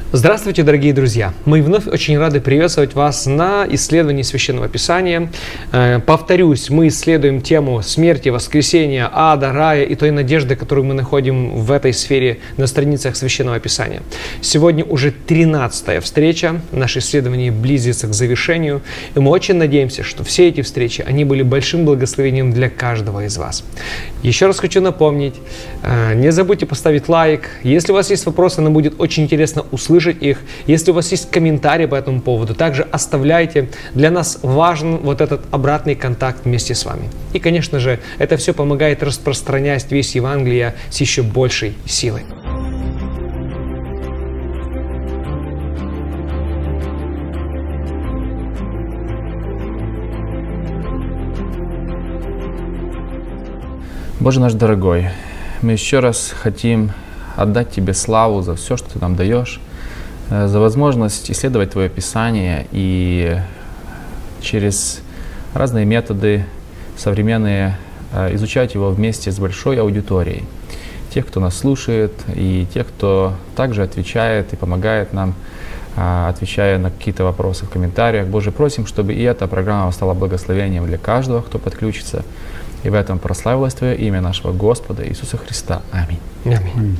Здравствуйте, дорогие друзья! Мы вновь очень рады приветствовать вас на исследовании Священного Писания. Повторюсь, мы исследуем тему смерти, воскресения, ада, рая и той надежды, которую мы находим в этой сфере на страницах Священного Писания. Сегодня уже 13-я встреча, наше исследование близится к завершению, и мы очень надеемся, что все эти встречи, они были большим благословением для каждого из вас. Еще раз хочу напомнить, не забудьте поставить лайк. Если у вас есть вопросы, нам будет очень интересно услышать их. Если у вас есть комментарии по этому поводу, также оставляйте. Для нас важен вот этот обратный контакт вместе с вами. И, конечно же, это все помогает распространять весть Евангелия с еще большей силой. Боже наш дорогой, мы еще раз хотим отдать Тебе славу за все, что Ты нам даешь, за возможность исследовать Твое Писание и через разные методы современные изучать его вместе с большой аудиторией. Тех, кто нас слушает, и тех, кто также отвечает и помогает нам, отвечая на какие-то вопросы в комментариях. Боже, просим, чтобы и эта программа стала благословением для каждого, кто подключится. И в этом прославилось Твое имя нашего Господа Иисуса Христа. Аминь. Аминь.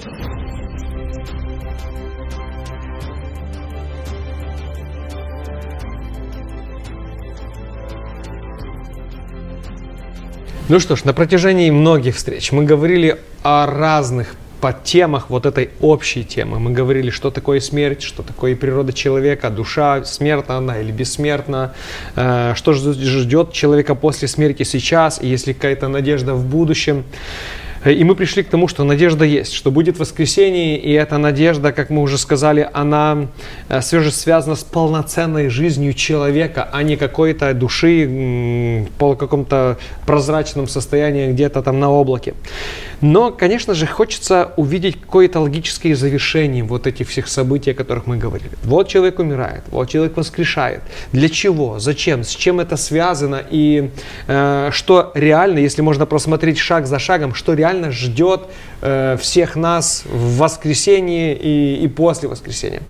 Ну что ж, на протяжении многих встреч мы говорили о разных подтемах вот этой общей темы. Мы говорили, что такое смерть, что такое природа человека, душа, смертна она или бессмертна, что же ждет человека после смерти сейчас, и есть ли какая-то надежда в будущем. И мы пришли к тому, что надежда есть, что будет воскресение, и эта надежда, как мы уже сказали, она все же связана с полноценной жизнью человека, а не какой-то души по каком-то прозрачном состоянии где-то там на облаке. Но, конечно же, хочется увидеть какое-то логическое завершение вот этих всех событий, о которых мы говорили. Вот человек умирает, вот человек воскрешает. Для чего? Зачем? С чем это связано? И что реально, если можно просмотреть шаг за шагом, что реально ждет всех нас в воскресении и после воскресения.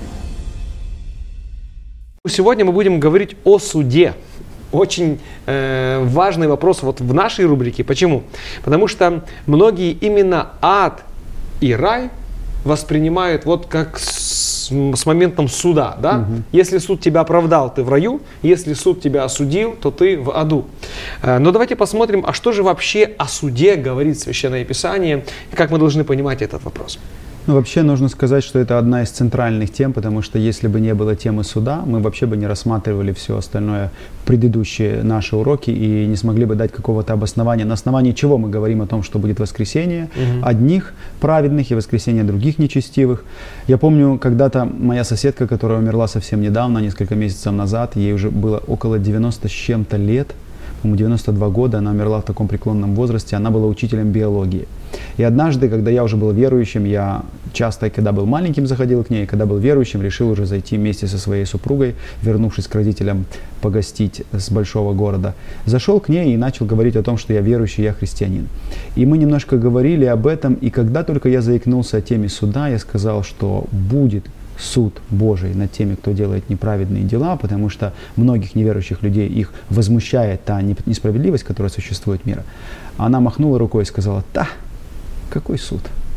Сегодня мы будем говорить о суде. Очень важный вопрос вот в нашей рубрике. Почему? Потому что многие именно ад и рай воспринимают вот как с моментом суда. Да? Угу. Если суд тебя оправдал, ты в раю. Если суд тебя осудил, то ты в аду. Но давайте посмотрим, а что же вообще о суде говорит Священное Писание, и как мы должны понимать этот вопрос. Ну, вообще нужно сказать, что это одна из центральных тем, потому что если бы не было темы суда, мы вообще бы не рассматривали все остальное, предыдущие наши уроки, и не смогли бы дать какого-то обоснования, на основании чего мы говорим о том, что будет воскресение одних праведных и воскресение других нечестивых. Я помню, когда-то моя соседка, которая умерла совсем недавно, несколько месяцев назад, ей уже было около 90 с чем-то лет, по-моему, 92 года, она умерла в таком преклонном возрасте, она была учителем биологии. И однажды, когда я уже был верующим, я часто, когда был маленьким, заходил к ней, когда был верующим, решил уже зайти вместе со своей супругой, вернувшись к родителям погостить с большого города. Зашел к ней и начал говорить о том, что я верующий, я христианин. И мы немножко говорили об этом, и когда только я заикнулся о теме суда, я сказал, что будет суд Божий над теми, кто делает неправедные дела, потому что многих неверующих людей их возмущает та несправедливость, которая существует в мире. Она махнула рукой и сказала: «Да, какой суд?»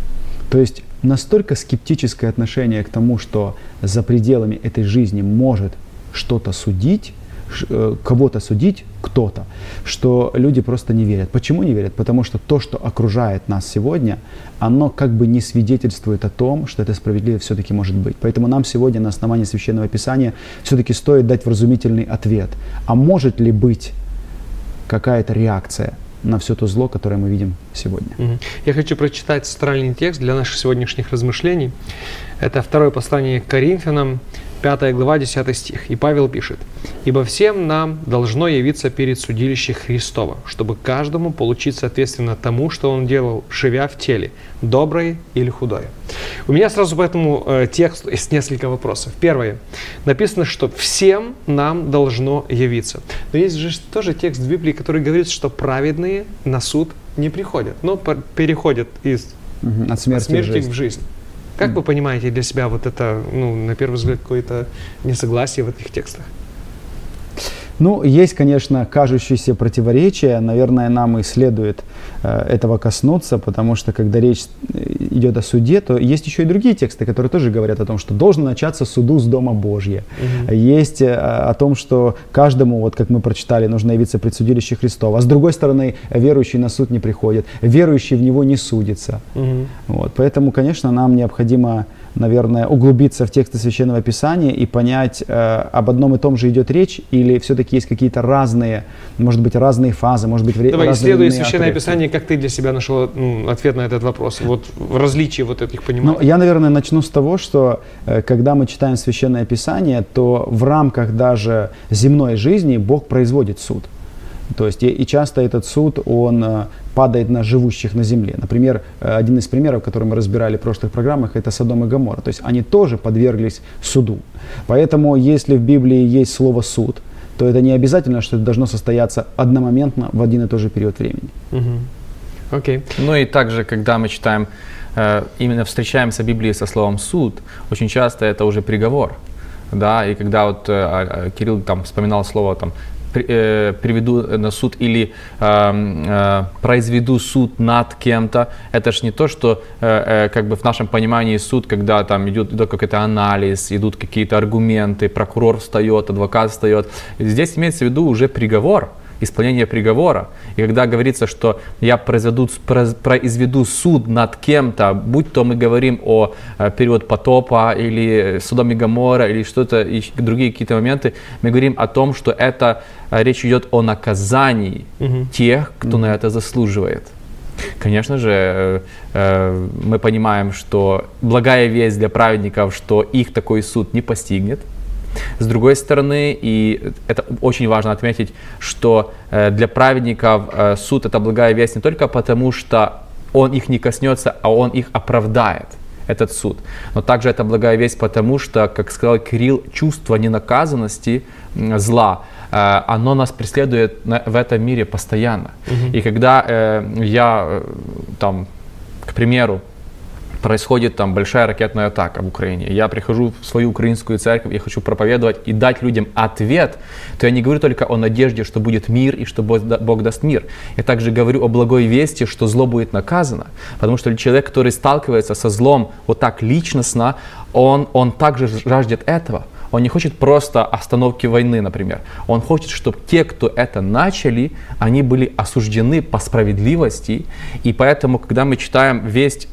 То есть настолько скептическое отношение к тому, что за пределами этой жизни может что-то судить, кого-то судить кто-то, что люди просто не верят. Почему не верят? Потому что то, что окружает нас сегодня, оно как бы не свидетельствует о том, что это справедливо все-таки может быть. Поэтому нам сегодня на основании Священного Писания все-таки стоит дать вразумительный ответ. А может ли быть какая-то реакция на все то зло, которое мы видим сегодня? Я хочу прочитать центральный текст для наших сегодняшних размышлений. Это второе послание к Коринфянам, 5 глава, 10 стих. И Павел пишет: «Ибо всем нам должно явиться перед судилище Христово, чтобы каждому получить соответственно тому, что он делал, живя в теле, доброе или худое». У меня сразу по этому тексту есть несколько вопросов. Первое. Написано, что всем нам должно явиться. Но есть же тоже текст в Библии, который говорит, что праведные на суд не приходят, но переходят от смерти в жизнь. Как вы понимаете для себя вот это, на первый взгляд, какое-то несогласие в этих текстах? Ну, есть, конечно, кажущиеся противоречия. Наверное, нам и следует этого коснуться, потому что, когда речь идет о суде, то есть еще и другие тексты, которые тоже говорят о том, что должен начаться суду с Дома Божьего. Есть о том, что каждому, вот как мы прочитали, нужно явиться пред судилище Христово. А с другой стороны, верующий на суд не приходит, верующий в него не судится. Вот. Поэтому, конечно, нам необходимо, наверное, углубиться в тексты Священного Писания и понять, об одном и том же идет речь, или все-таки есть какие-то разные, может быть, разные фазы, может быть, Давай, разные исследуя Священное отрывки. Писание, как ты для себя нашел ответ на этот вопрос, вот в различии вот этих пониманий? Ну, я, наверное, начну с того, что когда мы читаем Священное Писание, то в рамках даже земной жизни Бог производит суд. То есть и часто этот суд, он падает на живущих на земле. Например, один из примеров, который мы разбирали в прошлых программах, это Содом и Гоморра. То есть они тоже подверглись суду. Поэтому, если в Библии есть слово «суд», то это не обязательно, что это должно состояться одномоментно в один и тот же период времени. Окей. Ну и также, когда мы читаем, именно встречаемся в Библии со словом «суд», очень часто это уже приговор. Да? И когда вот Кирилл там вспоминал слово там, приведу на суд или произведу суд над кем-то, это ж не то, что как бы в нашем понимании суд, когда там идет какой-то анализ, идут какие-то аргументы, прокурор встает, адвокат встает. Здесь имеется в виду уже приговор, исполнение приговора. И когда говорится, что я произведу суд над кем-то, будь то мы говорим о период потопа или Содом и Гоморра или что-то, и другие какие-то моменты, мы говорим о том, что это речь идет о наказании тех, кто на это заслуживает. Конечно же, мы понимаем, что благая весть для праведников, что их такой суд не постигнет. С другой стороны, и это очень важно отметить, что для праведников суд – это благая весть не только потому, что он их не коснется, а он их оправдает, этот суд. Но также это благая весть потому, что, как сказал Кирилл, чувство ненаказанности, зла, оно нас преследует в этом мире постоянно. И когда я, там, к примеру, происходит там большая ракетная атака в Украине, я прихожу в свою украинскую церковь, я хочу проповедовать и дать людям ответ, то я не говорю только о надежде, что будет мир и что Бог даст мир. Я также говорю о благой вести, что зло будет наказано. Потому что человек, который сталкивается со злом вот так личностно, он также жаждет этого. Он не хочет просто остановки войны, например. Он хочет, чтобы те, кто это начали, они были осуждены по справедливости. И поэтому, когда мы читаем весть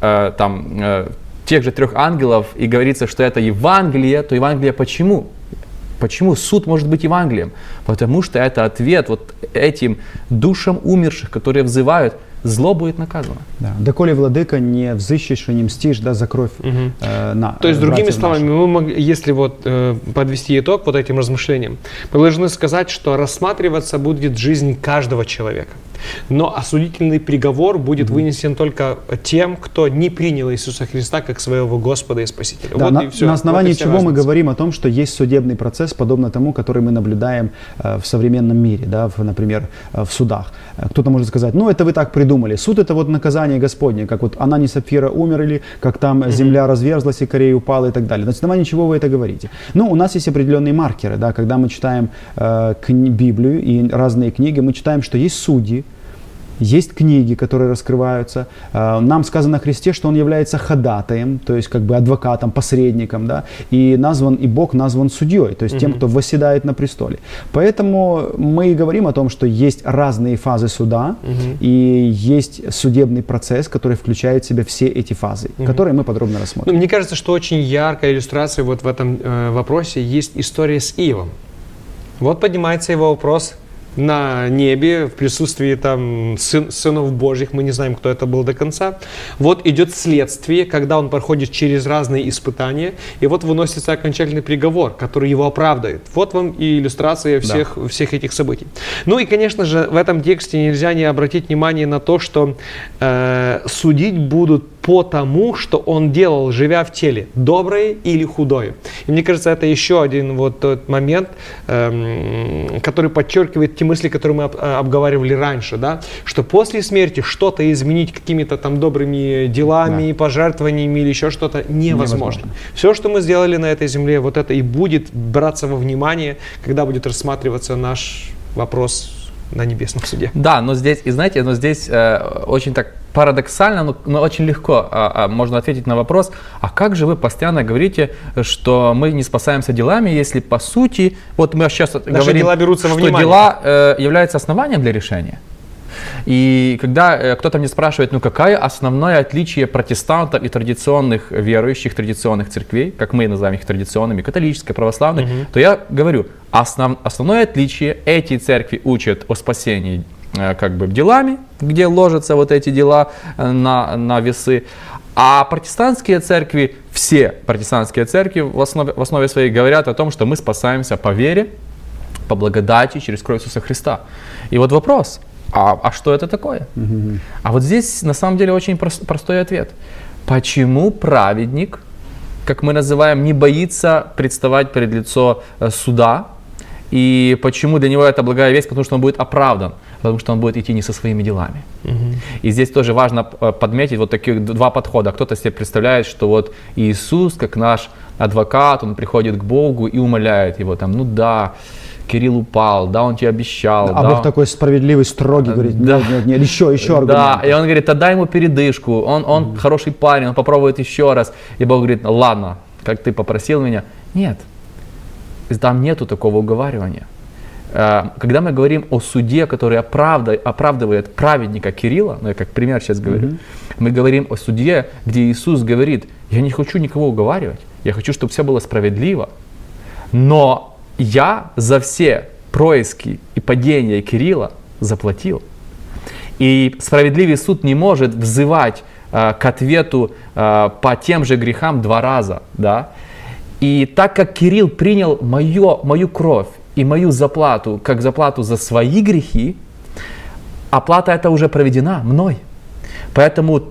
тех же 3 ангелов, и говорится, что это Евангелие, то Евангелие почему? Почему суд может быть Евангелием? Потому что это ответ вот этим душам умерших, которые взывают, зло будет наказано. Да. «Доколе, владыка, не взыщешь и не мстишь, да, за кровь То есть, другими словами, если вот подвести итог вот этим размышлениям, мы должны сказать, что рассматриваться будет жизнь каждого человека. Но осудительный приговор будет вынесен только тем, кто не принял Иисуса Христа как своего Господа и Спасителя. Да, вот и все. На основании вот чего мы говорим о том, что есть судебный процесс, подобно тому, который мы наблюдаем в современном мире, да, например, в судах. Кто-то может сказать, ну это вы так придумали, суд это вот наказание Господне, как вот Анания и Сапфира умерли, как там земля разверзлась и Корей упала и так далее. На основании чего вы это говорите? Ну, у нас есть определенные маркеры, да, когда мы читаем Библию и разные книги, мы читаем, что есть судьи, есть книги, которые раскрываются. Нам сказано о Христе, что Он является ходатаем, то есть как бы адвокатом, посредником, да, и Бог назван судьей, то есть тем, кто восседает на престоле. Поэтому мы и говорим о том, что есть разные фазы суда, и есть судебный процесс, который включает в себя все эти фазы, которые мы подробно рассмотрим. Ну, мне кажется, что очень яркая иллюстрация вот в этом вопросе есть история с Иовом. Вот поднимается его вопрос на небе, в присутствии там сынов Божьих, мы не знаем, кто это был до конца. Вот идет следствие, когда он проходит через разные испытания, и вот выносится окончательный приговор, который его оправдывает. Вот вам и иллюстрация всех этих событий. Ну и, конечно же, в этом тексте нельзя не обратить внимание на то, что судить будут по тому, что он делал, живя в теле, доброе или худое. И мне кажется, это еще один вот тот момент, который подчеркивает те мысли, которые мы обговаривали раньше, да, что после смерти что-то изменить какими-то там добрыми делами, пожертвованиями или еще что-то невозможно. Все, что мы сделали на этой земле, вот это и будет браться во внимание, когда будет рассматриваться наш вопрос на небесном суде. Да, но здесь, и знаете, очень так парадоксально, но очень легко можно ответить на вопрос, а как же вы постоянно говорите, что мы не спасаемся делами, если по сути, вот мы сейчас говорим, дела берутся во что внимание. дела являются основанием для решения. И когда кто-то мне спрашивает, какое основное отличие протестантов и традиционных верующих, традиционных церквей, как мы называем их традиционными, католической, православной, то я говорю, основное отличие: эти церкви учат о спасении делами, где ложатся вот эти дела на весы, а протестантские церкви, все протестантские церкви в основе своей говорят о том, что мы спасаемся по вере, по благодати через кровь Иисуса Христа. И вот вопрос: а что это такое? А вот здесь на самом деле очень простой ответ. Почему праведник, как мы называем, не боится представать перед лицо суда? И почему для него это благая весть? Потому что он будет оправдан, потому что он будет идти не со своими делами. И здесь тоже важно подметить вот таких два подхода. Кто-то себе представляет, что вот Иисус, как наш адвокат, он приходит к Богу и умоляет его там, Кирилл упал, он тебе обещал. А Бог такой справедливый, строгий, говорит, нет, еще аргумент. Да, и он говорит, отдай ему передышку, он хороший парень, он попробует еще раз. И Бог говорит, ладно, как ты попросил меня. Нет, там нету такого уговаривания. Когда мы говорим о суде, который оправдывает праведника Кирилла, я как пример сейчас говорю, мы говорим о суде, где Иисус говорит, я не хочу никого уговаривать, я хочу, чтобы все было справедливо, но я за все происки и падения Кирилла заплатил. И справедливый суд не может взывать к ответу по тем же грехам 2 раза. Да? И так как Кирилл принял мою кровь и мою заплату, как заплату за свои грехи, оплата эта уже проведена мной. Поэтому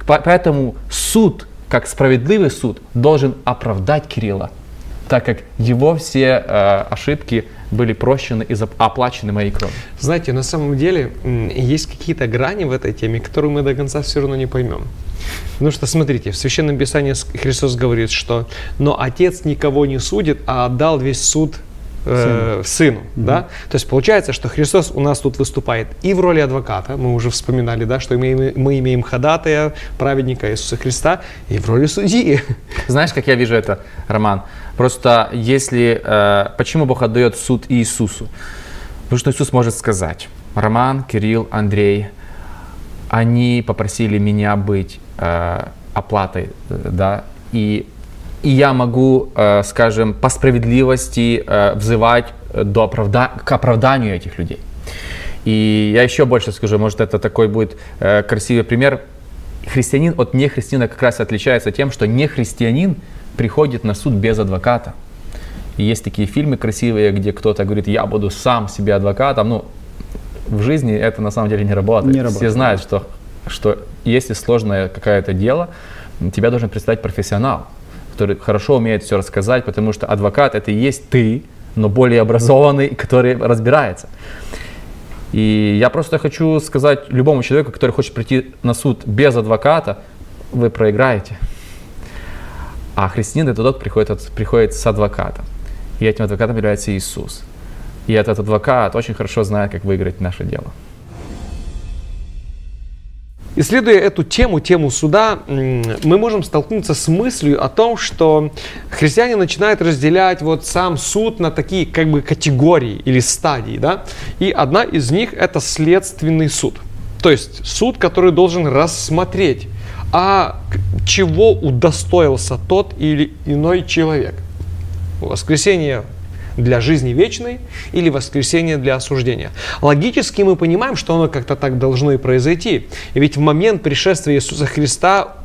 суд, как справедливый суд, должен оправдать Кирилла, так как его все ошибки были прощены и оплачены моей кровью. Знаете, на самом деле есть какие-то грани в этой теме, которые мы до конца все равно не поймем. Потому что, смотрите, в Священном Писании Христос говорит, что «но Отец никого не судит, а отдал весь суд Сыну». Да? То есть получается, что Христос у нас тут выступает и в роли адвоката, мы уже вспоминали, да, что мы имеем ходатая, праведника Иисуса Христа, и в роли судьи. Знаешь, как я вижу это, Роман? Просто почему Бог отдает суд Иисусу? Потому что Иисус может сказать: Роман, Кирилл, Андрей, они попросили меня быть оплатой, да, и я могу, скажем, по справедливости взывать к оправданию этих людей. И я еще больше скажу, может, это такой будет красивый пример. Христианин от нехристианина как раз отличается тем, что нехристианин приходит на суд без адвоката. И есть такие фильмы красивые, где кто-то говорит, я буду сам себе адвокатом. В жизни это на самом деле не работает. Все знают, что если сложное какое-то дело, тебя должен представить профессионал, который хорошо умеет все рассказать, потому что адвокат это и есть ты, но более образованный, который разбирается. И я просто хочу сказать любому человеку, который хочет прийти на суд без адвоката, вы проиграете. А христианин это тот, приходит с адвокатом. И этим адвокатом является Иисус. И этот адвокат очень хорошо знает, как выиграть наше дело. Исследуя эту тему суда, мы можем столкнуться с мыслью о том, что христиане начинают разделять сам суд на такие категории или стадии. Да? И одна из них это следственный суд. То есть суд, который должен рассмотреть, чего удостоился тот или иной человек. Воскресение для жизни вечной или воскресение для осуждения. Логически мы понимаем, что оно как-то так должно и произойти. И ведь в момент пришествия Иисуса Христа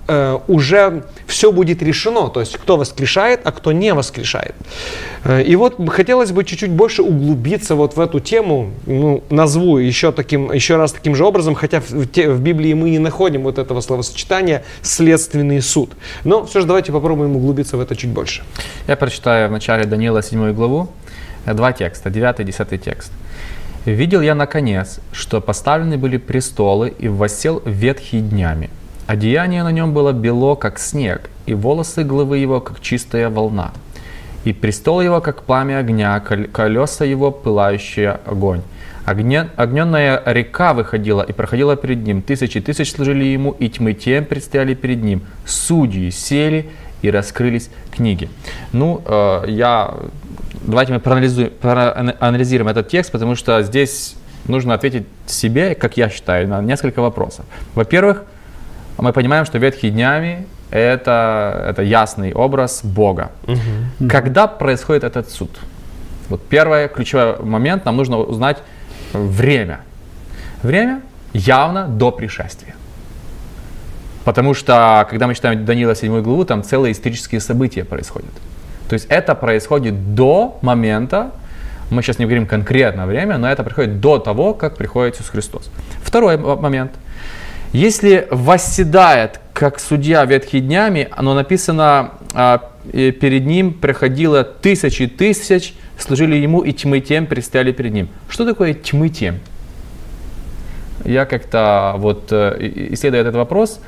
уже все будет решено, то есть кто воскрешает, а кто не воскрешает. И вот хотелось бы чуть-чуть больше углубиться вот в эту тему, ну, назову еще раз таким же образом, хотя в Библии мы не находим вот этого словосочетания «следственный суд». Но все же давайте попробуем углубиться в это чуть больше. Я прочитаю в начале Даниила 7 главу, 2 текста, 9 и 10 текст. «Видел я наконец, что поставлены были престолы, и воссел ветхий днями. Одеяние на нем было бело, как снег, и волосы головы его, как чистая волна. И престол его, как пламя огня, колеса его, пылающий огонь. Огненная река выходила и проходила перед ним. Тысячи тысяч служили ему, и тьмы тем предстояли перед ним. Судьи сели, и раскрылись книги». Ну, давайте мы проанализируем этот текст, потому что здесь нужно ответить себе, как я считаю, на несколько вопросов. Во-первых, мы понимаем, что ветхие днями это ясный образ Бога. Когда происходит этот суд? Вот первый ключевой момент, нам нужно узнать время. Время явно до пришествия. Потому что, когда мы читаем Даниила 7 главу, там целые исторические события происходят. То есть это происходит до момента, мы сейчас не говорим конкретно время, но это происходит до того, как приходит Иисус Христос. Второй момент. Если восседает, как судья ветхими днями, оно написано, перед ним приходило тысячи тысяч, служили ему, и тьмы тем предстояли перед ним. Что такое тьмы тем? Я как-то исследуя этот вопрос,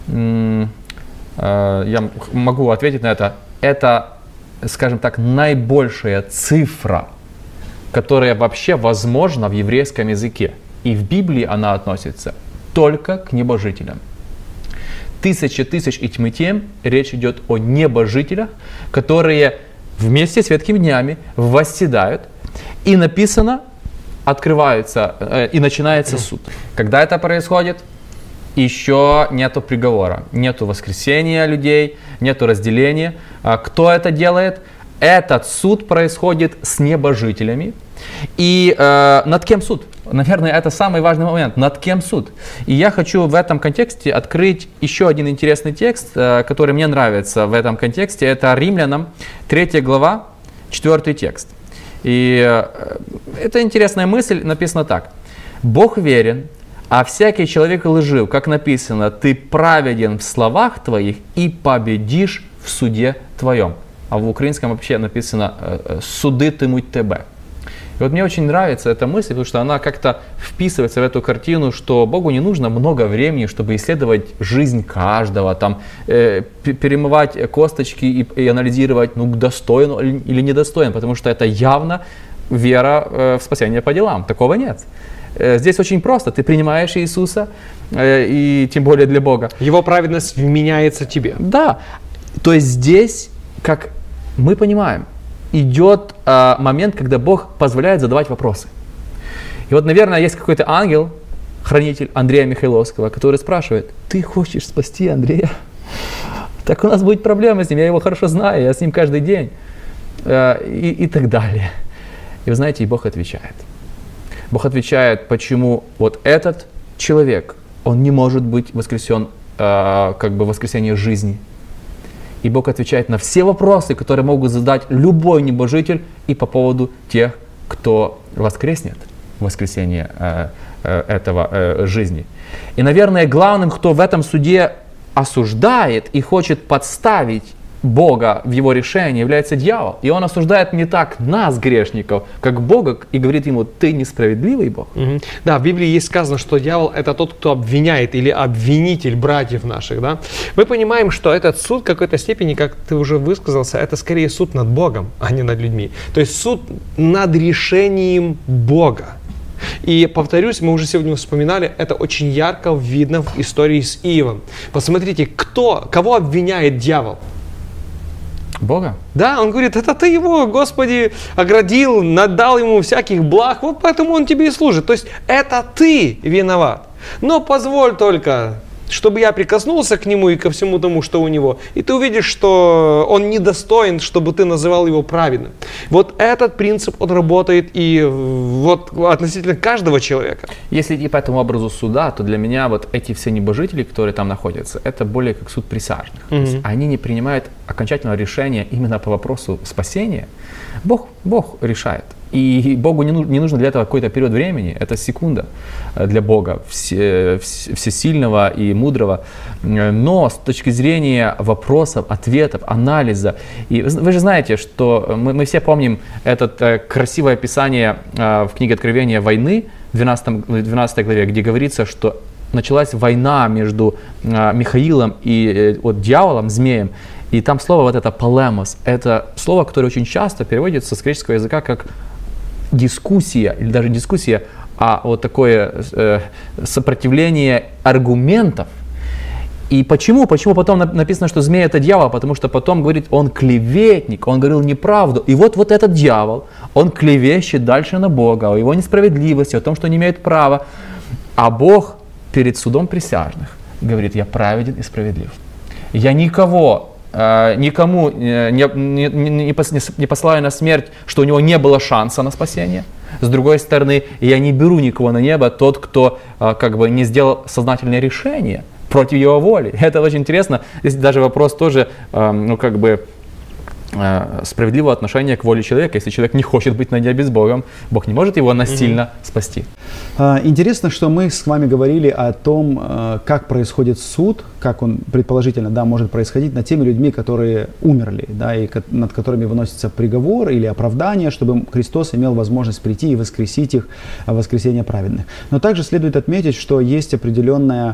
я могу ответить на это. Это, скажем так, наибольшая цифра, которая вообще возможна в еврейском языке. И в Библии она относится только к небожителям. Тысячи тысяч и тьмы тем, речь идет о небожителях, которые вместе с ветхими днями восседают, и написано, открывается и начинается суд. Когда это происходит? Еще нету приговора, нету воскресения людей, нету разделения. Кто это делает? Этот суд происходит с небожителями. И над кем суд? Наверное, это самый важный момент. Над кем суд? И я хочу в этом контексте открыть еще один интересный текст, который мне нравится в этом контексте. Это Римлянам 3 глава, 4 текст. И это интересная мысль, написано так. «Бог верен, а всякий человек лжив, как написано, ты праведен в словах твоих и победишь в суде твоем». А в украинском вообще написано «судитимуть тебе». И вот мне очень нравится эта мысль, потому что она как-то вписывается в эту картину, что Богу не нужно много времени, чтобы исследовать жизнь каждого, там, перемывать косточки и анализировать, ну, достоин или недостоин, потому что это явно вера в спасение по делам. Такого нет. Здесь очень просто. Ты принимаешь Иисуса, и тем более для Бога. Его праведность вменяется тебе. Да. То есть здесь, как мы понимаем, идет момент, когда Бог позволяет задавать вопросы. И вот, наверное, есть какой-то ангел, хранитель Андрея Михайловского, который спрашивает: ты хочешь спасти Андрея? Так у нас будет проблема с ним, я его хорошо знаю, я с ним каждый день. И так далее. И вы знаете, и Бог отвечает. Бог отвечает, почему вот этот человек, он не может быть воскресен, как бы воскресение жизни. И Бог отвечает на все вопросы, которые могут задать любой небожитель, и по поводу тех, кто воскреснет в воскресенье этого жизни. И, наверное, главным, кто в этом суде осуждает и хочет подставить Бога в его решении, является дьявол. И он осуждает не так нас, грешников, как Бога, и говорит ему: ты несправедливый Бог. Да, в Библии есть сказано, что дьявол — это тот, кто обвиняет, или обвинитель братьев наших. Да? Мы понимаем, что этот суд в какой-то степени, как ты уже высказался, это скорее суд над Богом, а не над людьми. То есть суд над решением Бога. И повторюсь, мы уже сегодня вспоминали, это очень ярко видно в истории с Иовом. Посмотрите, кого обвиняет дьявол? Бога? Да, он говорит: это ты его, Господи, оградил, надал ему всяких благ, вот поэтому он тебе и служит. То есть это ты виноват. Но позволь только чтобы я прикоснулся к нему и ко всему тому, что у него, и ты увидишь, что он недостоин, чтобы ты называл его праведным. Вот этот принцип, он работает и вот относительно каждого человека. Если идти по этому образу суда, то для меня вот эти все небожители, которые там находятся, это более как суд присяжных. То есть они не принимают окончательного решения именно по вопросу спасения. Бог решает. И Богу не нужно для этого какой-то период времени, это секунда для Бога, всесильного и мудрого. Но с точки зрения вопросов, ответов, анализа, и вы же знаете, что мы все помним это красивое описание в книге Откровения войны, в 12 главе, где говорится, что началась война между Михаилом и дьяволом, змеем. И там слово вот это «полемос», это слово, которое очень часто переводится с греческого языка как дискуссия, или даже дискуссия, а вот такое сопротивление аргументов. И почему? Почему потом написано, что змей это дьявол? Потому что потом говорит, он клеветник, он говорил неправду. И вот этот дьявол, он клевещет дальше на Бога, о его несправедливости, о том, что не имеет права. А Бог перед судом присяжных говорит, я праведен и справедлив. Я никому не посылаю на смерть, что у него не было шанса на спасение. С другой стороны, я не беру никого на небо, тот, кто не сделал сознательное решение против его воли. Это очень интересно. Здесь даже вопрос тоже, справедливого отношения к воле человека. Если человек не хочет быть на небе с Богом, Бог не может его насильно спасти. Интересно, что мы с вами говорили о том, как происходит суд, как он предположительно может происходить над теми людьми, которые умерли, и над которыми выносится приговор или оправдание, чтобы Христос имел возможность прийти и воскресить их в воскресение праведных. Но также следует отметить, что есть определенная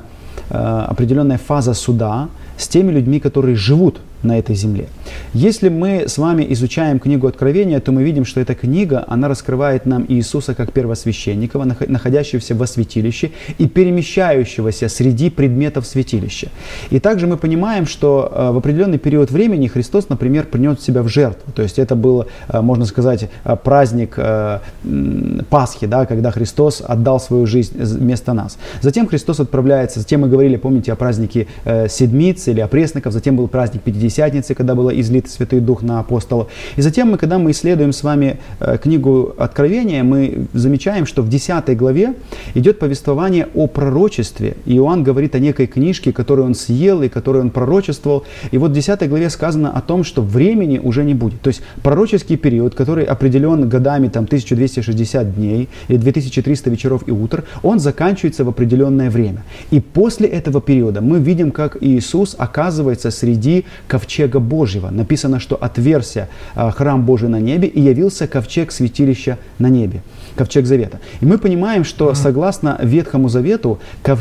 фаза суда с теми людьми, которые живут на этой земле. Если мы с вами изучаем книгу Откровения, то мы видим, что эта книга, она раскрывает нам Иисуса как первосвященника, находящегося во святилище и перемещающегося среди предметов святилища. И также мы понимаем, что в определенный период времени Христос, например, принес себя в жертву. То есть это был, можно сказать, праздник Пасхи, когда Христос отдал свою жизнь вместо нас. Затем Христос отправляется, затем мы говорили, помните, о празднике Седмиц или опресноков, затем был праздник Пятидесятницы, когда был излит Святой Дух на апостолов. И затем когда мы исследуем с вами книгу Откровения, мы замечаем, что в 10 главе идет повествование о пророчестве. Иоанн говорит о некой книжке, которую он съел и которую он пророчествовал. И вот в 10 главе сказано о том, что времени уже не будет. То есть пророческий период, который определен годами 1260 дней или 2300 вечеров и утр, он заканчивается в определенное время. И после этого периода мы видим, как Иисус оказывается среди ковчега Божьего. Написано, что отверся храм Божий на небе, и явился ковчег святилища на небе. Ковчег Завета. И мы понимаем, что согласно Ветхому Завету, к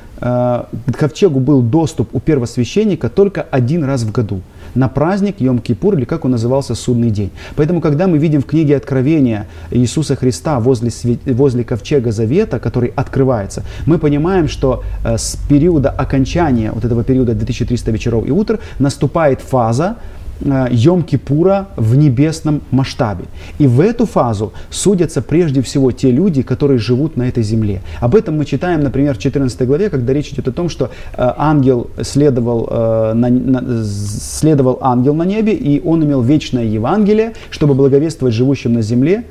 ковчегу был доступ у первосвященника только один раз в году. На праздник Йом-Кипур, или как он назывался, судный день. Поэтому, когда мы видим в книге Откровения Иисуса Христа возле ковчега Завета, который открывается, мы понимаем, что с периода окончания вот этого периода 2300 вечеров и утр наступает фаза Йом-Кипура в небесном масштабе. И в эту фазу судятся прежде всего те люди, которые живут на этой земле. Об этом мы читаем, например, в 14 главе, когда речь идет о том, что следовал ангел на небе, и он имел вечное Евангелие, чтобы благовествовать живущим на земле,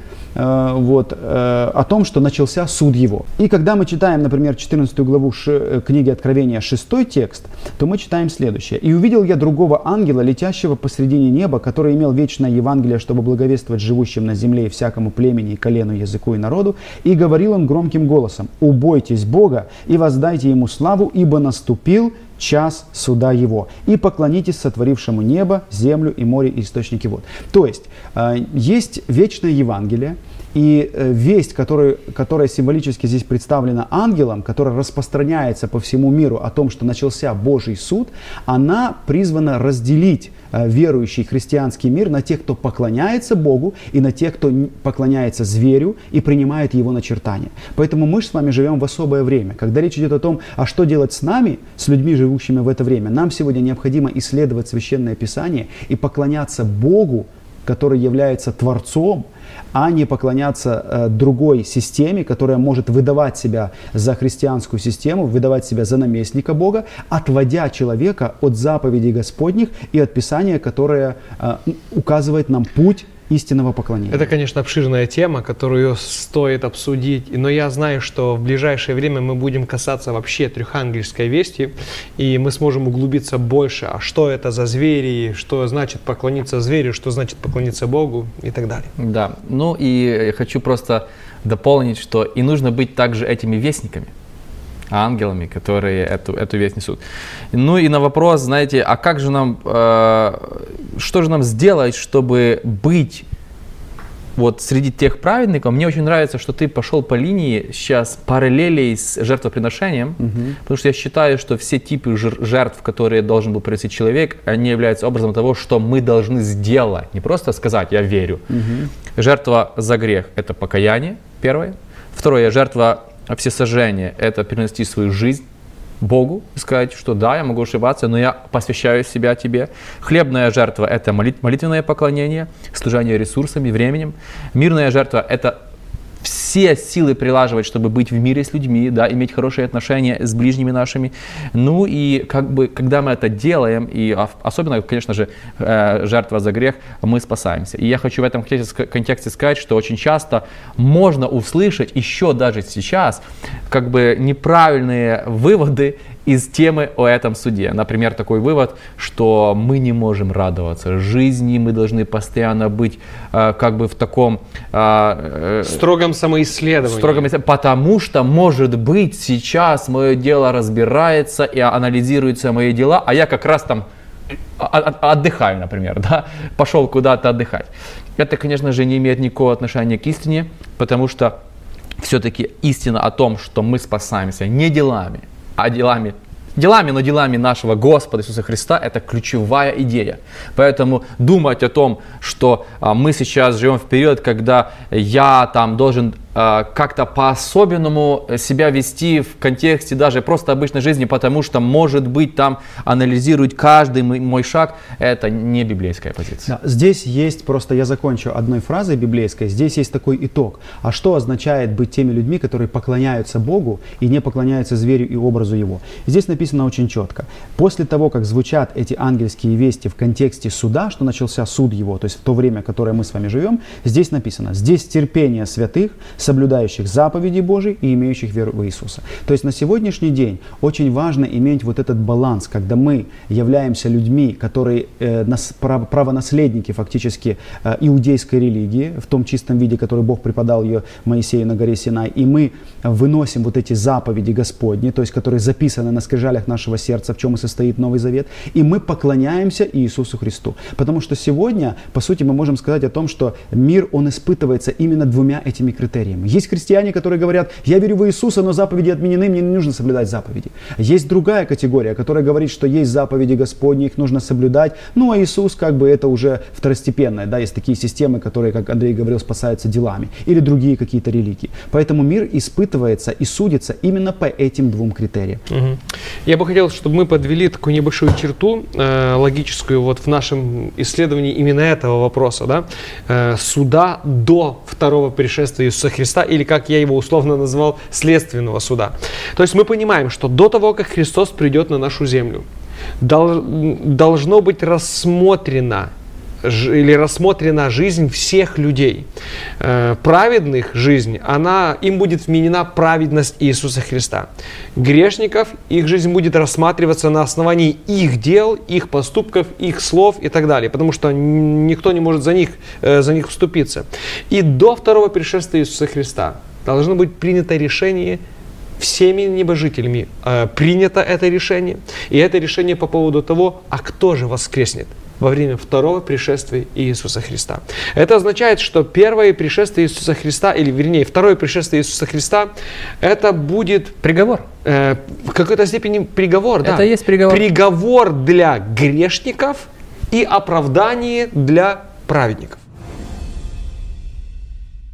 о том, что начался суд его. И когда мы читаем, например, 14 главу книги Откровения, 6 текст, то мы читаем следующее. «И увидел я другого ангела, летящего посредине неба, который имел вечное Евангелие, чтобы благовествовать живущим на земле и всякому племени, и колену, языку и народу. И говорил он громким голосом: убойтесь Бога и воздайте Ему славу, ибо наступил час суда Его, и поклонитесь сотворившему небо, землю и море и источники вод». То есть, есть вечное Евангелие, и весть, которая символически здесь представлена ангелом, которая распространяется по всему миру о том, что начался Божий суд, она призвана разделить верующий христианский мир на тех, кто поклоняется Богу, и на тех, кто поклоняется зверю и принимает его начертания. Поэтому мы с вами живем в особое время. Когда речь идет о том, а что делать с нами, с людьми, живущими в это время, нам сегодня необходимо исследовать Священное Писание и поклоняться Богу, который является Творцом, а не поклоняться другой системе, которая может выдавать себя за христианскую систему, выдавать себя за наместника Бога, отводя человека от заповедей Господних и от Писания, которое указывает нам путь истинного поклонения. Это, конечно, обширная тема, которую стоит обсудить, но я знаю, что в ближайшее время мы будем касаться вообще трехангельской вести, и мы сможем углубиться больше, а что это за звери, что значит поклониться зверю, что значит поклониться Богу и так далее. Да, ну и я хочу просто дополнить, что и нужно быть также этими вестниками, ангелами, которые эту весть несут. Ну и на вопрос, знаете, а как же нам, что же нам сделать, чтобы быть вот среди тех праведников? Мне очень нравится, что ты пошел по линии сейчас параллелей с жертвоприношением, потому что я считаю, что все типы жертв, которые должен был принести человек, они являются образом того, что мы должны сделать, не просто сказать «я верю». Жертва за грех – это покаяние, первое. Второе – жертва всесожжение – это перенести свою жизнь Богу и сказать, что да, я могу ошибаться, но я посвящаю себя Тебе. Хлебная жертва – это молитвенное поклонение, служение ресурсами, временем. Мирная жертва – это все силы прилаживать, чтобы быть в мире с людьми, да, иметь хорошие отношения с ближними нашими. Ну и как бы, когда мы это делаем, и особенно, конечно же, жертва за грех, мы спасаемся. И я хочу в этом контексте сказать, что очень часто можно услышать, еще даже сейчас, как бы неправильные выводы из темы о этом суде. Например, такой вывод, что мы не можем радоваться жизни, мы должны постоянно быть как бы в таком строгом самоисследовании. Потому что, может быть, сейчас мое дело разбирается и анализируются мои дела, а я как раз там отдыхаю, например, да, пошел куда-то отдыхать. Это, конечно же, не имеет никакого отношения к истине, потому что все-таки истина о том, что мы спасаемся не делами, а делами, но делами нашего Господа Иисуса Христа, это ключевая идея. Поэтому думать о том, что мы сейчас живем в период, когда я там должен как-то по-особенному себя вести в контексте даже просто обычной жизни, потому что, может быть, там анализировать каждый мой шаг, это не библейская позиция. Да, здесь есть, просто я закончу одной фразой библейской, здесь есть такой итог. А что означает быть теми людьми, которые поклоняются Богу и не поклоняются зверю и образу Его? Здесь написано очень четко. После того, как звучат эти ангельские вести в контексте суда, что начался суд Его, то есть в то время, в которое мы с вами живем, здесь написано, здесь терпение святых, соблюдающих заповеди Божьи и имеющих веру в Иисуса. То есть на сегодняшний день очень важно иметь вот этот баланс, когда мы являемся людьми, которые правонаследники фактически иудейской религии, в том чистом виде, который Бог преподал ее Моисею на горе Синай, и мы выносим вот эти заповеди Господни, то есть которые записаны на скрижалях нашего сердца, в чем и состоит Новый Завет, и мы поклоняемся Иисусу Христу. Потому что сегодня, по сути, мы можем сказать о том, что мир, он испытывается именно двумя этими критериями. Есть христиане, которые говорят, я верю в Иисуса, но заповеди отменены, мне не нужно соблюдать заповеди. Есть другая категория, которая говорит, что есть заповеди Господни, их нужно соблюдать, ну а Иисус как бы это уже второстепенное. Да, есть такие системы, которые, как Андрей говорил, спасаются делами. Или другие какие-то религии. Поэтому мир испытывается и судится именно по этим двум критериям. Угу. Я бы хотел, чтобы мы подвели такую небольшую черту логическую вот в нашем исследовании именно этого вопроса, да, суда до второго пришествия Иисуса Христа, или, как я его условно назвал, следственного суда. То есть мы понимаем, что до того, как Христос придет на нашу землю, должно быть рассмотрена жизнь всех людей. Праведных жизнь, им будет вменена праведность Иисуса Христа. Грешников, их жизнь будет рассматриваться на основании их дел, их поступков, их слов и так далее, потому что никто не может за них вступиться. И до второго пришествия Иисуса Христа должно быть принято решение всеми небожителями. Принято это решение, и это решение по поводу того, а кто же воскреснет во время второго пришествия Иисуса Христа. Это означает, что первое пришествие Иисуса Христа, или вернее, второе пришествие Иисуса Христа, это будет приговор. В какой-то степени приговор, да. Это есть приговор. Приговор для грешников и оправдание для праведников.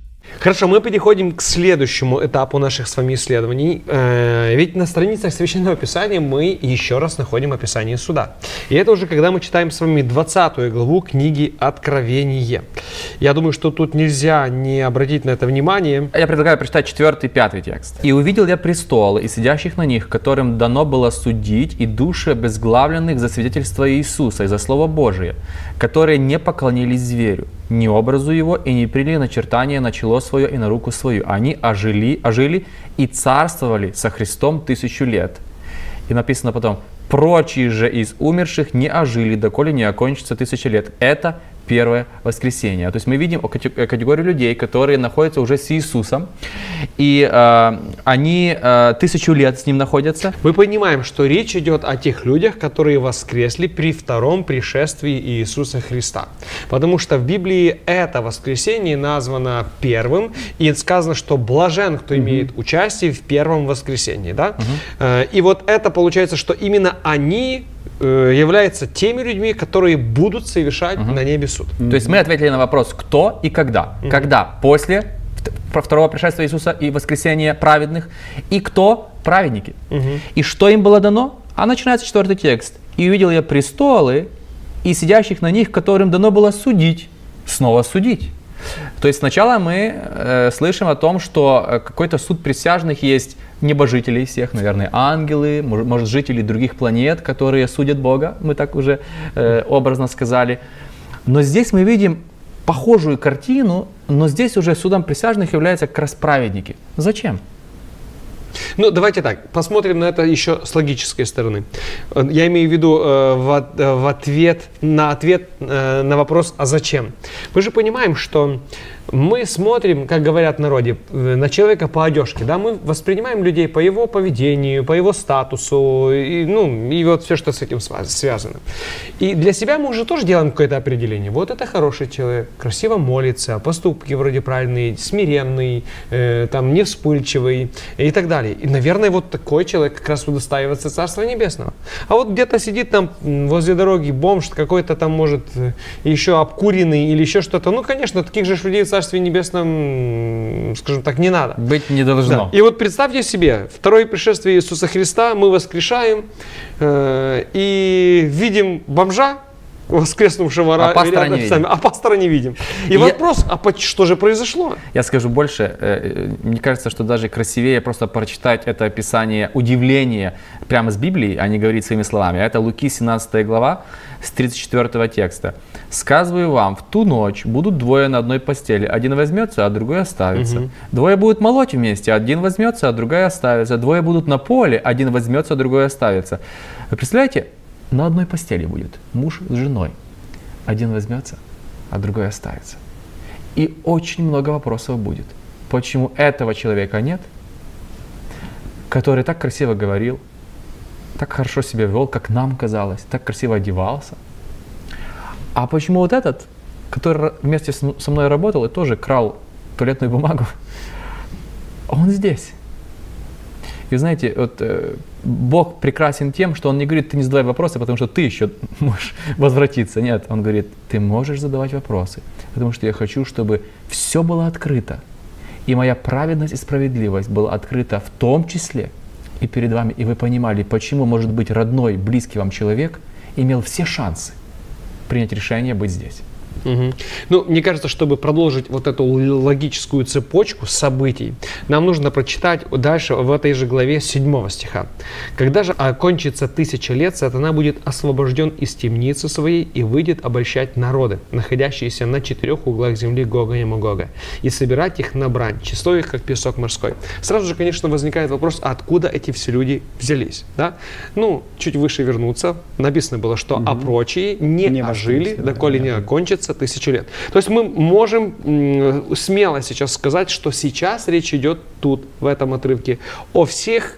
Хорошо, мы переходим к следующему этапу наших с вами исследований. Ведь на страницах Священного Писания мы еще раз находим описание суда. И это уже когда мы читаем с вами 20 главу книги Откровение. Я думаю, что тут нельзя не обратить на это внимание. Я предлагаю прочитать 4 и 5 текст. «И увидел я престолы, и сидящих на них, которым дано было судить, и души обезглавленных за свидетельство Иисуса и за Слово Божие, которые не поклонились зверю, ни образу его, и не приняли начертание на чело свое и на руку свою. Они ожили и царствовали со Христом 1000 лет». И написано потом: «Прочие же из умерших не ожили, доколе не окончится 1000 лет». Это первое воскресенье. То есть мы видим категорию людей, которые находятся уже с Иисусом, и они 1000 лет с Ним находятся. Мы понимаем, что речь идет о тех людях, которые воскресли при втором пришествии Иисуса Христа. Потому что в Библии это воскресенье названо первым, и сказано, что блажен, кто имеет участие в первом воскресенье. Да? И вот это получается, что именно они являются теми людьми, которые будут совершать на небе суд. То есть мы ответили на вопрос, кто и когда. Когда? После второго пришествия Иисуса и воскресения праведных. И кто? Праведники. И что им было дано? А начинается 4 текст. «И увидел я престолы, и сидящих на них, которым дано было судить». Снова судить. То есть сначала мы слышим о том, что какой-то суд присяжных есть небожителей всех, наверное, ангелы, может, жители других планет, которые судят Бога, мы так уже образно сказали. Но здесь мы видим похожую картину, но здесь уже судом присяжных являются как раз праведники. Зачем? Ну, давайте так, посмотрим на это еще с логической стороны. Я имею в виду в ответ на вопрос «а зачем?». Мы же понимаем, что мы смотрим, как говорят в народе, на человека по одежке. Да? Мы воспринимаем людей по его поведению, по его статусу, и вот все, что с этим связано. И для себя мы уже тоже делаем какое-то определение. Вот это хороший человек, красиво молится, поступки вроде правильные, смиренный, не вспыльчивый и так далее. И, наверное, вот такой человек как раз удостаивается Царства Небесного. А вот где-то сидит там возле дороги бомж какой-то там, может, еще обкуренный или еще что-то. Ну, конечно, таких же людей в Царстве Небесном, скажем так, не надо. Быть не должно. Да. И вот представьте себе, второе пришествие Иисуса Христа, мы воскрешаем и видим бомжа, воскреснувшего а рядом с нами, а пастора не видим. И вопрос, что же произошло? Я скажу больше, мне кажется, что даже красивее просто прочитать это описание удивления прямо с Библии, а не говорить своими словами. Это Луки 17 глава с 34 текста. «Сказываю вам, в ту ночь будут двое на одной постели, один возьмется, а другой оставится. Двое будут молоть вместе, один возьмется, а другой оставится. Двое будут на поле, один возьмется, а другой оставится». Вы представляете? На одной постели будет муж с женой. Один возьмется, а другой оставится. И очень много вопросов будет. Почему этого человека нет, который так красиво говорил, так хорошо себя вел, как нам казалось, так красиво одевался. А почему вот этот, который вместе со мной работал и тоже крал туалетную бумагу, он здесь? И знаете, вот Бог прекрасен тем, что Он не говорит, ты не задавай вопросы, потому что ты еще можешь возвратиться. Нет, Он говорит, ты можешь задавать вопросы, потому что я хочу, чтобы все было открыто. И моя праведность и справедливость была открыта в том числе и перед вами. И вы понимали, почему, может быть, родной, близкий вам человек имел все шансы принять решение быть здесь. Ну, мне кажется, чтобы продолжить вот эту логическую цепочку событий, нам нужно прочитать дальше в этой же главе 7 стиха. «Когда же окончится 1000 лет, сатана будет освобожден из темницы своей и выйдет обольщать народы, находящиеся на 4 углах земли Гога и Магога, и собирать их на брань, число их, как песок морской». Сразу же, конечно, возникает вопрос, а откуда эти все люди взялись? Да? Ну, чуть выше вернуться, написано было, что «а прочие не ожили, доколе не окончится 1000 лет». То есть мы можем смело сейчас сказать, что сейчас речь идет тут, в этом отрывке, о всех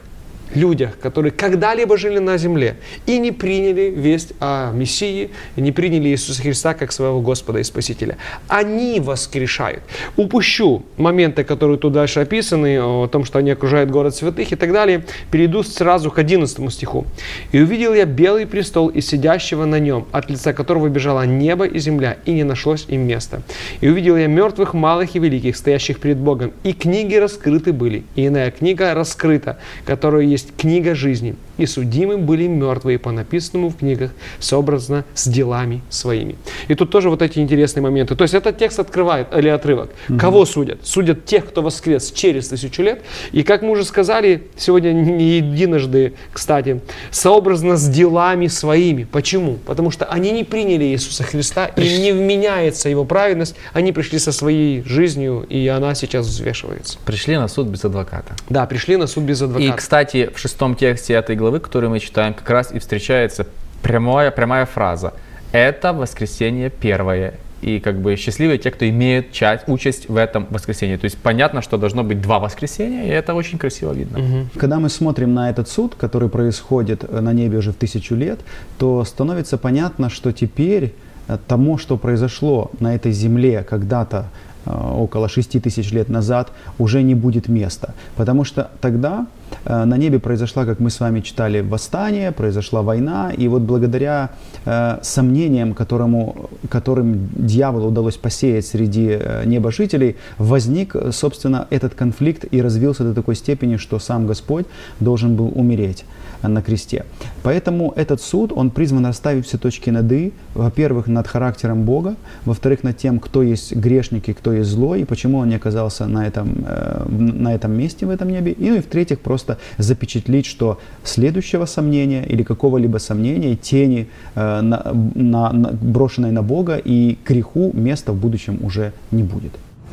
людях, которые когда-либо жили на земле и не приняли весть о Мессии, не приняли Иисуса Христа как своего Господа и Спасителя. Они воскрешают. Упущу моменты, которые тут дальше описаны, о том, что они окружают город святых и так далее. Перейду сразу к 11 стиху. «И увидел я белый престол и сидящего на нем, от лица которого бежало небо и земля, и не нашлось им места. И увидел я мертвых, малых и великих, стоящих перед Богом, и книги раскрыты были, и иная книга раскрыта, которая есть книга жизни. И судимы были мертвые по написанному в книгах, сообразно с делами своими». И тут тоже вот эти интересные моменты. То есть этот текст открывает, или отрывок. Кого судят? Судят тех, кто воскрес через 1000 лет. И как мы уже сказали, сегодня не единожды, кстати, сообразно с делами своими. Почему? Потому что они не приняли Иисуса Христа, им не вменяется Его праведность, они пришли со своей жизнью, и она сейчас взвешивается. Пришли на суд без адвоката. Да, пришли на суд без адвоката. И, кстати, в 6 тексте этой главы, который мы читаем, как раз и встречается прямая фраза. Это воскресенье первое. И как бы счастливые те, кто имеют участь в этом воскресенье. То есть понятно, что должно быть 2 воскресенья, и это очень красиво видно. Когда мы смотрим на этот суд, который происходит на небе уже в 1000 лет, то становится понятно, что теперь тому, что произошло на этой земле когда-то около 6000 лет назад, уже не будет места. Потому что тогда на небе произошла, как мы с вами читали, восстание, произошла война, и вот благодаря сомнениям, которым дьяволу удалось посеять среди небожителей, возник, собственно, этот конфликт и развился до такой степени, что сам Господь должен был умереть на кресте. Поэтому этот суд, он призван расставить все точки над «и», во-первых, над характером Бога, во-вторых, над тем, кто есть грешник и кто есть злой, и почему он не оказался на этом месте, в этом небе, и, ну, и в-третьих, просто запечатлеть, что следующего сомнения или какого-либо сомнения, тени, брошенной на Бога и греху, места в будущем уже не будет.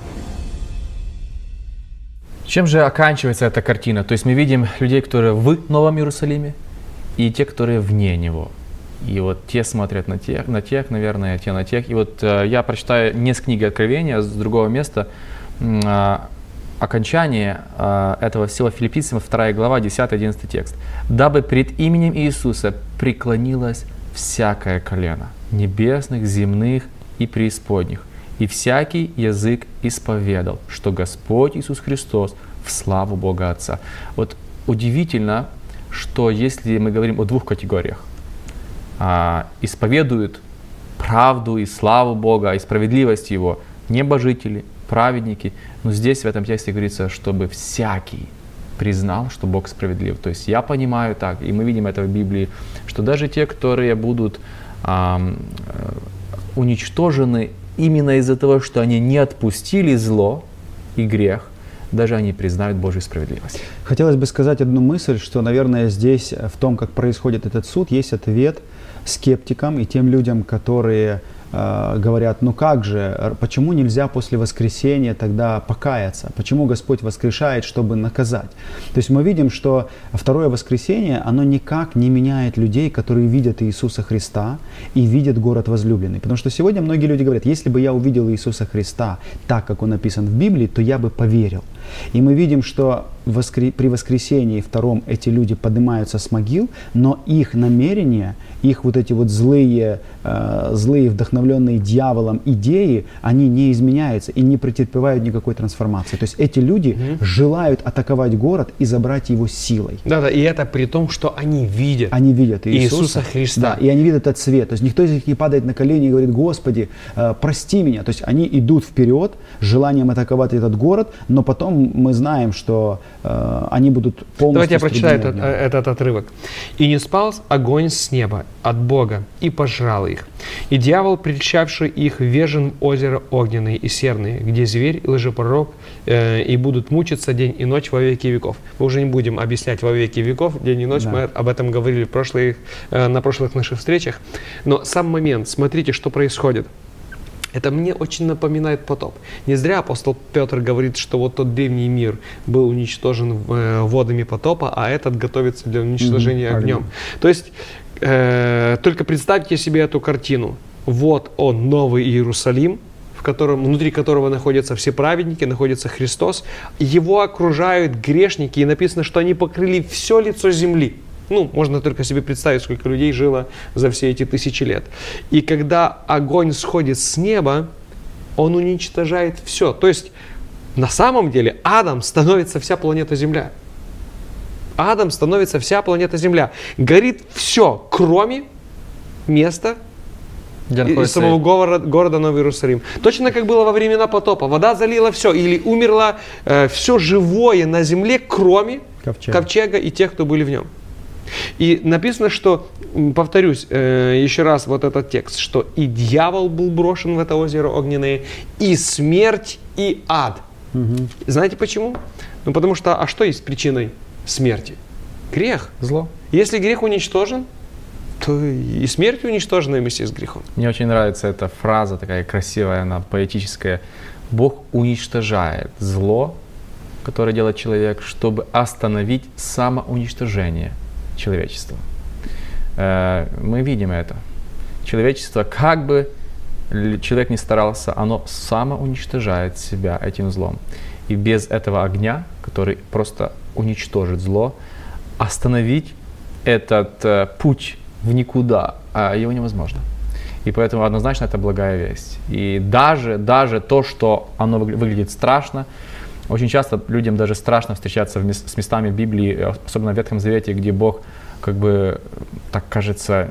Чем же оканчивается эта картина? То есть мы видим людей, которые в Новом Иерусалиме, и те, которые вне него. И вот те смотрят на тех, наверное, те на тех. И вот я прочитаю не с книги Откровения, а с другого места окончание этого всего. Филиппийцам 2 глава, 10-11 текст. «Дабы пред именем Иисуса преклонилось всякое колено, небесных, земных и преисподних, и всякий язык исповедал, что Господь Иисус Христос в славу Бога Отца». Вот удивительно, что если мы говорим о 2 категориях, исповедуют правду и славу Бога, и справедливость Его небожители, праведники, но здесь в этом тексте говорится, чтобы всякий признал, что Бог справедлив. То есть я понимаю так, и мы видим это в Библии, что даже те, которые будут уничтожены именно из-за того, что они не отпустили зло и грех, даже они признают Божью справедливость. Хотелось бы сказать одну мысль, что, наверное, здесь, в том, как происходит этот суд, есть ответ скептикам и тем людям, которые говорят, ну как же, почему нельзя после воскресения тогда покаяться? Почему Господь воскрешает, чтобы наказать? То есть мы видим, что второе воскресение, оно никак не меняет людей, которые видят Иисуса Христа и видят город возлюбленный. Потому что сегодня многие люди говорят, если бы я увидел Иисуса Христа так, как Он написан в Библии, то я бы поверил. И мы видим, что при воскресении втором эти люди поднимаются с могил, но их намерения, их вот эти вот злые вдохновленные дьяволом идеи, они не изменяются и не претерпевают никакой трансформации. То есть эти люди желают атаковать город и забрать его силой. Да, и это при том, что они видят Иисуса Христа. Да, и они видят этот свет. То есть никто из них не падает на колени и говорит, Господи, прости меня. То есть они идут вперед с желанием атаковать этот город, но потом мы знаем, что они будут полностью... Давайте я прочитаю этот отрывок. «И не спал огонь с неба от Бога, и пожрал их. И дьявол, прельщавший их, ввержен в озеро огненное и серное, где зверь и лжепророк, и будут мучиться день и ночь во веки веков». Мы уже не будем объяснять во веки веков, день и ночь, да. Мы об этом говорили на прошлых наших встречах. Но сам момент, смотрите, что происходит. Это мне очень напоминает потоп. Не зря апостол Петр говорит, что вот тот древний мир был уничтожен водами потопа, а этот готовится для уничтожения огнем. То есть только представьте себе эту картину. Вот он, Новый Иерусалим, внутри которого находятся все праведники, находится Христос. Его окружают грешники, и написано, что они покрыли все лицо земли. Ну, можно только себе представить, сколько людей жило за все эти тысячи лет. И когда огонь сходит с неба, он уничтожает все. То есть, на самом деле, адом становится вся планета Земля. Адом становится вся планета Земля. Горит все, кроме места и самого города Новый Иерусалим. Точно как было во времена потопа. Вода залила все, или умерло все живое на земле, кроме ковчега и тех, кто были в нем. И написано, что, повторюсь еще раз вот этот текст, что и дьявол был брошен в это озеро огненное, и смерть, и ад. Угу. Знаете почему? Ну потому что, а что есть причиной смерти? Грех. Зло. Если грех уничтожен, то и смерть уничтожена вместе с грехом. Мне очень нравится эта фраза, такая красивая, она поэтическая. Бог уничтожает зло, которое делает человек, чтобы остановить самоуничтожение человечества. Мы видим это. Человечество, как бы человек ни старался, оно самоуничтожает себя этим злом. И без этого огня, который просто уничтожит зло, остановить этот путь в никуда, его невозможно. И поэтому однозначно это благая весть. И даже то, что оно выглядит страшно, очень часто людям даже страшно встречаться с местами Библии, особенно в Ветхом Завете, где Бог, как бы, так кажется,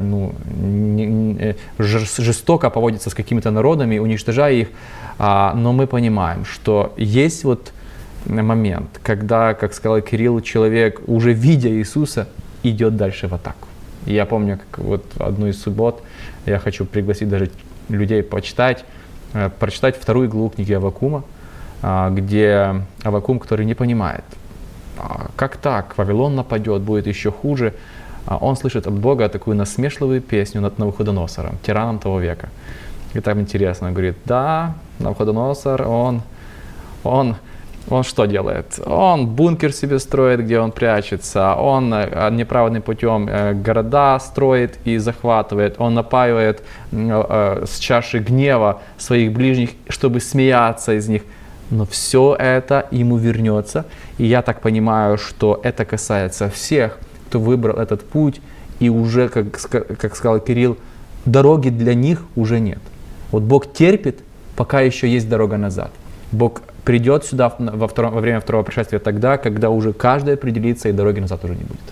жестоко поводится с какими-то народами, уничтожая их. Но мы понимаем, что есть вот момент, когда, как сказал Кирилл, человек, уже видя Иисуса, идет дальше в атаку. И я помню, как вот одну из суббот я хочу пригласить даже людей прочитать 2 главу книги Аввакума, где Аввакум, который не понимает, как так, Вавилон нападет, будет еще хуже, он слышит от Бога такую насмешливую песню над Навуходоносором, тираном того века. И так интересно, он говорит, да, Навуходоносор, он что делает? Он бункер себе строит, где он прячется, он неправедным путем города строит и захватывает, он напаивает с чаши гнева своих ближних, чтобы смеяться из них. Но все это ему вернется. И я так понимаю, что это касается всех, кто выбрал этот путь, и уже, как сказал Кирилл, дороги для них уже нет. Вот Бог терпит, пока еще есть дорога назад. Бог придет сюда во время второго пришествия тогда, когда уже каждый определится, и дороги назад уже не будет.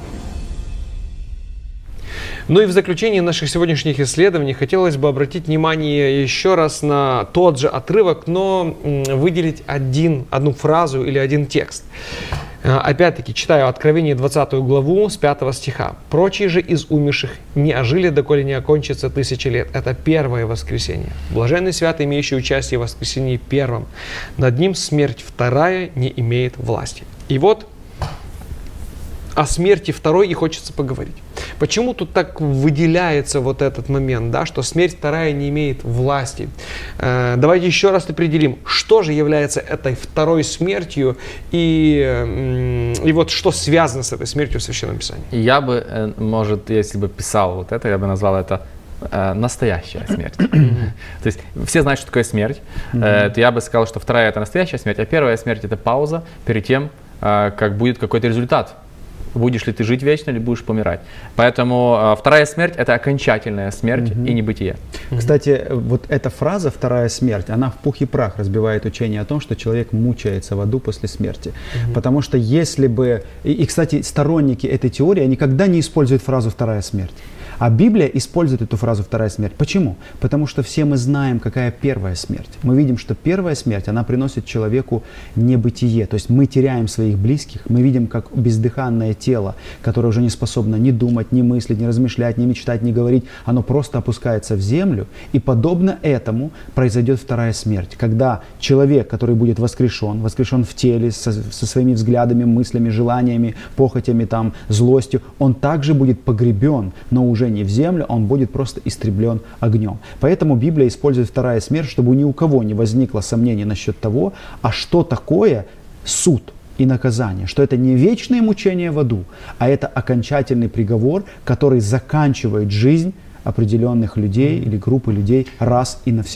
Ну и в заключение наших сегодняшних исследований хотелось бы обратить внимание еще раз на тот же отрывок, но выделить одну фразу или один текст. Опять-таки, читаю Откровение 20 главу с 5 стиха. «Прочие же из умерших не ожили, доколе не окончится 1000 лет». Это первое воскресенье. Блаженный святый, имеющий участие в воскресении первом. Над ним смерть вторая не имеет власти. И вот о смерти второй и хочется поговорить. Почему тут так выделяется вот этот момент, да, что смерть вторая не имеет власти? Давайте еще раз определим, что же является этой второй смертью и вот что связано с этой смертью в Священном Писании. Я бы, может, если бы писал вот это, я бы назвал это настоящая смерть. То есть все знают, что такое смерть. То я бы сказал, что вторая — это настоящая смерть, а первая смерть — это пауза перед тем, как будет какой-то результат. Будешь ли ты жить вечно, или будешь помирать. Поэтому вторая смерть — это окончательная смерть и небытие. Кстати, вот эта фраза «вторая смерть», она в пух и прах разбивает учение о том, что человек мучается в аду после смерти. Потому что если бы... И, кстати, сторонники этой теории никогда не используют фразу «вторая смерть». А Библия использует эту фразу «вторая смерть». Почему? Потому что все мы знаем, какая первая смерть. Мы видим, что первая смерть, она приносит человеку небытие. То есть мы теряем своих близких, мы видим, как бездыханное тело, которое уже не способно ни думать, ни мыслить, ни размышлять, ни мечтать, ни говорить, оно просто опускается в землю. И подобно этому произойдет вторая смерть, когда человек, который будет воскрешен в теле, со своими взглядами, мыслями, желаниями, похотями, злостью, он также будет погребен, но уже не в землю, он будет просто истреблен огнем. Поэтому Библия использует вторая смерть, чтобы ни у кого не возникло сомнений насчет того, а что такое суд и наказание, что это не вечные мучения в аду, а это окончательный приговор, который заканчивает жизнь определенных людей или группы людей раз и навсегда.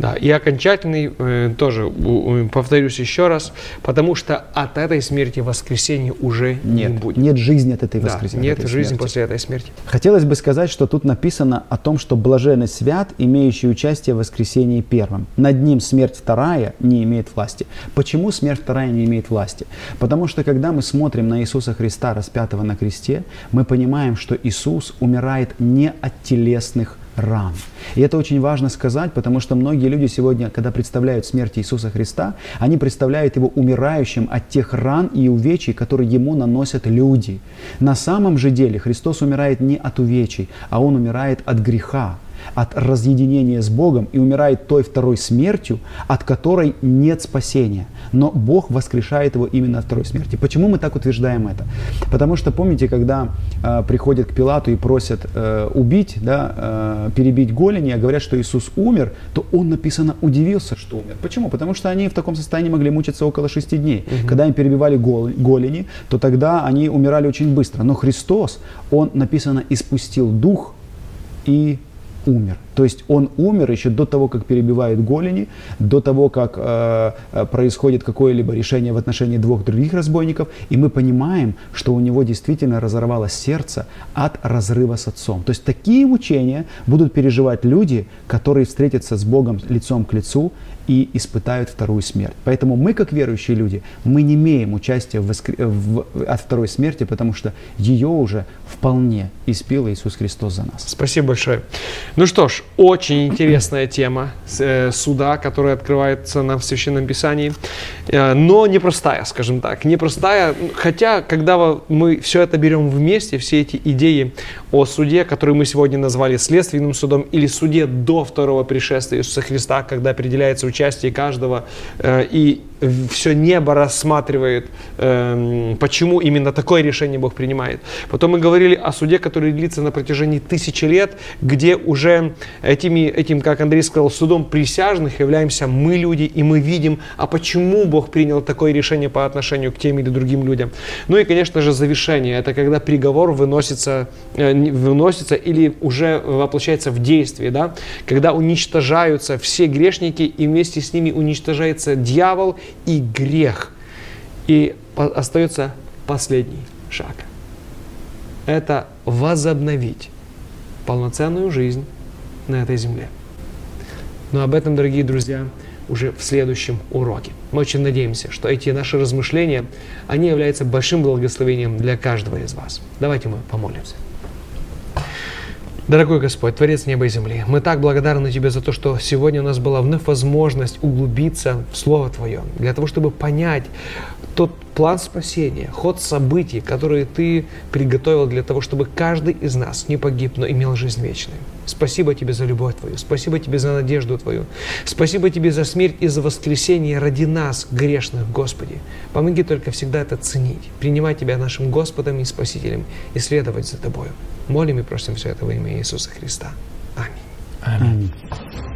Да, и окончательный, тоже повторюсь еще раз, потому что от этой смерти воскресения уже не будет. Нет жизни от этой Да, воскресения. нет жизни после этой смерти. Хотелось бы сказать, что тут написано о том, что блаженный свят, имеющий участие в воскресении первом. Над ним смерть вторая не имеет власти. Почему смерть вторая не имеет власти? Потому что когда мы смотрим на Иисуса Христа, распятого на кресте, мы понимаем, что Иисус умирает не от телесных ран. И это очень важно сказать, потому что многие люди сегодня, когда представляют смерть Иисуса Христа, они представляют Его умирающим от тех ран и увечий, которые Ему наносят люди. На самом же деле Христос умирает не от увечий, а Он умирает от греха, от разъединения с Богом и умирает той второй смертью, от которой нет спасения. Но Бог воскрешает его именно от второй смерти. Почему мы так утверждаем это? Потому что помните, когда приходят к Пилату и просят убить, перебить голени, а говорят, что Иисус умер, то он, написано, удивился, что умер. Почему? Потому что они в таком состоянии могли мучиться около 6 дней. Когда им перебивали голени, то тогда они умирали очень быстро. Но Христос, Он, написано, испустил дух и умер. То есть Он умер еще до того, как перебивают голени, до того, как происходит какое-либо решение в отношении 2 других разбойников, и мы понимаем, что у Него действительно разорвалось сердце от разрыва с Отцом. То есть такие мучения будут переживать люди, которые встретятся с Богом лицом к лицу и испытают вторую смерть. Поэтому мы, как верующие люди, мы не имеем участия от второй смерти, потому что ее уже вполне испил Иисус Христос за нас. Спасибо большое. Ну что ж, очень интересная тема суда, которая открывается нам в Священном Писании, но непростая, скажем так, непростая, хотя, когда мы все это берем вместе, все эти идеи о суде, который мы сегодня назвали следственным судом или суде до второго пришествия Иисуса Христа, когда определяется участие каждого, и все небо рассматривает, почему именно такое решение Бог принимает. Потом мы говорили о суде, который длится на протяжении 1000 лет, где уже этим, как Андрей сказал, судом присяжных являемся мы, люди, и мы видим, а почему Бог принял такое решение по отношению к тем или другим людям. Ну и, конечно же, завершение. Это когда приговор выносится или уже воплощается в действие, да? Когда уничтожаются все грешники, и вместе с ними уничтожается дьявол и грех. И остается последний шаг. Это возобновить полноценную жизнь на этой земле. Но об этом, дорогие друзья, уже в следующем уроке. Мы очень надеемся, что эти наши размышления, они являются большим благословением для каждого из вас. Давайте мы помолимся. Дорогой Господь, Творец неба и земли, мы так благодарны Тебе за то, что сегодня у нас была вновь возможность углубиться в Слово Твое, для того, чтобы понять тот план спасения, ход событий, которые Ты приготовил для того, чтобы каждый из нас не погиб, но имел жизнь вечную. Спасибо Тебе за любовь Твою, спасибо Тебе за надежду Твою, спасибо Тебе за смерть и за воскресение ради нас, грешных, Господи. Помоги только всегда это ценить, принимать Тебя нашим Господом и Спасителем и следовать за Тобою. Молим и просим все это во имя Иисуса Христа. Аминь. Аминь.